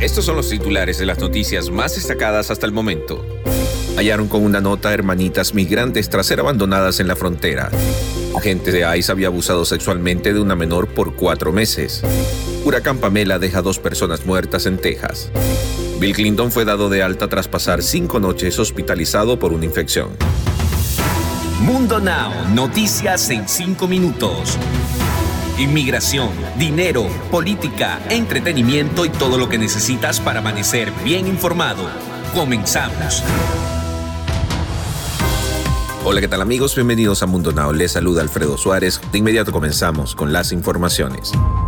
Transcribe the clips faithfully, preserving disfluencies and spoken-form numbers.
Estos son los titulares de las noticias más destacadas hasta el momento. Hallaron con una nota hermanitas migrantes tras ser abandonadas en la frontera. Agente de ICE había abusado sexualmente de una menor por cuatro meses. Huracán Pamela deja dos personas muertas en Texas. Bill Clinton fue dado de alta tras pasar cinco noches hospitalizado por una infección. Mundo Now, noticias en cinco minutos. Inmigración, dinero, política, entretenimiento y todo lo que necesitas para amanecer bien informado. Comenzamos. Hola, ¿qué tal amigos? Bienvenidos a Mundo Now. Les saluda Alfredo Suárez. De inmediato comenzamos con las informaciones.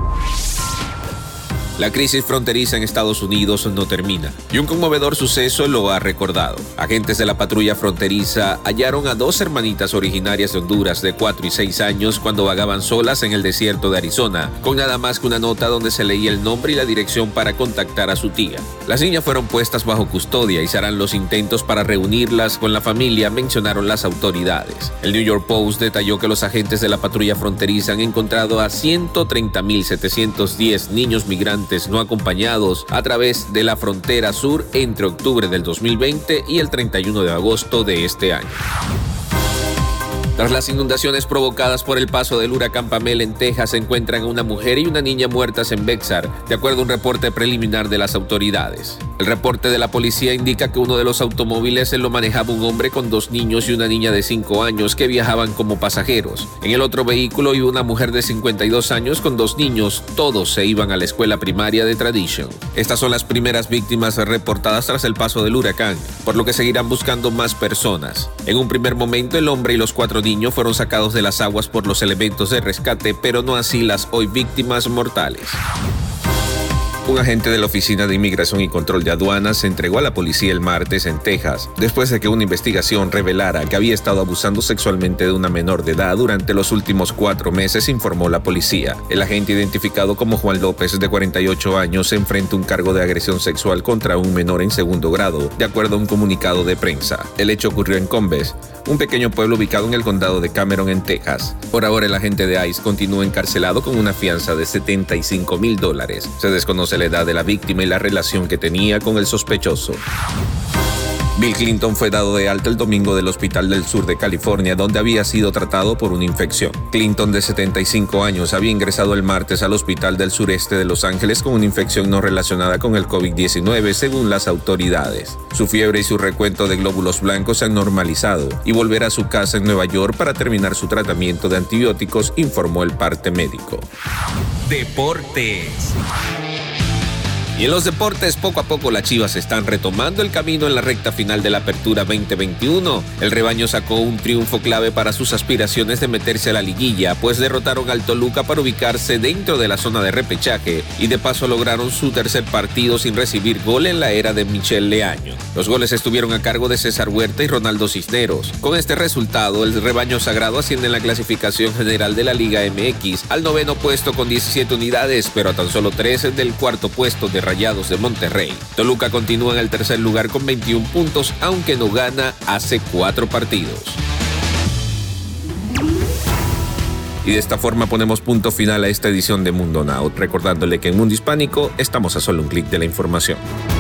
La crisis fronteriza en Estados Unidos no termina, y un conmovedor suceso lo ha recordado. Agentes de la patrulla fronteriza hallaron a dos hermanitas originarias de Honduras de cuatro y seis años cuando vagaban solas en el desierto de Arizona, con nada más que una nota donde se leía el nombre y la dirección para contactar a su tía. Las niñas fueron puestas bajo custodia y se harán los intentos para reunirlas con la familia, mencionaron las autoridades. El New York Post detalló que los agentes de la patrulla fronteriza han encontrado a ciento treinta mil setecientos diez niños migrantes no acompañados a través de la frontera sur entre octubre del dos mil veinte y el treinta y uno de agosto de este año. Tras las inundaciones provocadas por el paso del huracán Pamela en Texas, se encuentran una mujer y una niña muertas en Bexar, de acuerdo a un reporte preliminar de las autoridades. El reporte de la policía indica que uno de los automóviles lo manejaba un hombre con dos niños y una niña de cinco años que viajaban como pasajeros. En el otro vehículo iba una mujer de cincuenta y dos años con dos niños, todos se iban a la escuela primaria de Tradition. Estas son las primeras víctimas reportadas tras el paso del huracán, por lo que seguirán buscando más personas. En un primer momento, el hombre y los cuatro niños fueron sacados de las aguas por los elementos de rescate, pero no así las hoy víctimas mortales. Un agente de la Oficina de Inmigración y Control de Aduanas se entregó a la policía el martes en Texas, después de que una investigación revelara que había estado abusando sexualmente de una menor de edad durante los últimos cuatro meses, informó la policía. El agente, identificado como Juan López, de cuarenta y ocho años, se enfrenta a un cargo de agresión sexual contra un menor en segundo grado, de acuerdo a un comunicado de prensa. El hecho ocurrió en Combes, un pequeño pueblo ubicado en el condado de Cameron, en Texas. Por ahora, el agente de ICE continúa encarcelado con una fianza de setenta y cinco mil dólares. Se desconoce la edad de la víctima y la relación que tenía con el sospechoso. Bill Clinton fue dado de alta el domingo del hospital del sur de California, donde había sido tratado por una infección. Clinton, de setenta y cinco años, había ingresado el martes al hospital del sureste de Los Ángeles con una infección no relacionada con el COVID diecinueve, según las autoridades. Su fiebre y su recuento de glóbulos blancos se han normalizado y volverá a su casa en Nueva York para terminar su tratamiento de antibióticos, informó el parte médico. Deportes. Y en los deportes, poco a poco las Chivas están retomando el camino en la recta final de la Apertura veinte veintiuno. El rebaño sacó un triunfo clave para sus aspiraciones de meterse a la liguilla, pues derrotaron al Toluca para ubicarse dentro de la zona de repechaje y de paso lograron su tercer partido sin recibir gol en la era de Michel Leaño. Los goles estuvieron a cargo de César Huerta y Ronaldo Cisneros. Con este resultado, el rebaño sagrado asciende en la clasificación general de la Liga M X al noveno puesto con diecisiete unidades, pero a tan solo trece del cuarto puesto de Rayados de Monterrey. Toluca continúa en el tercer lugar con veintiún puntos, aunque no gana hace cuatro partidos. Y de esta forma ponemos punto final a esta edición de Mundo Now, recordándole que en Mundo Hispánico estamos a solo un clic de la información.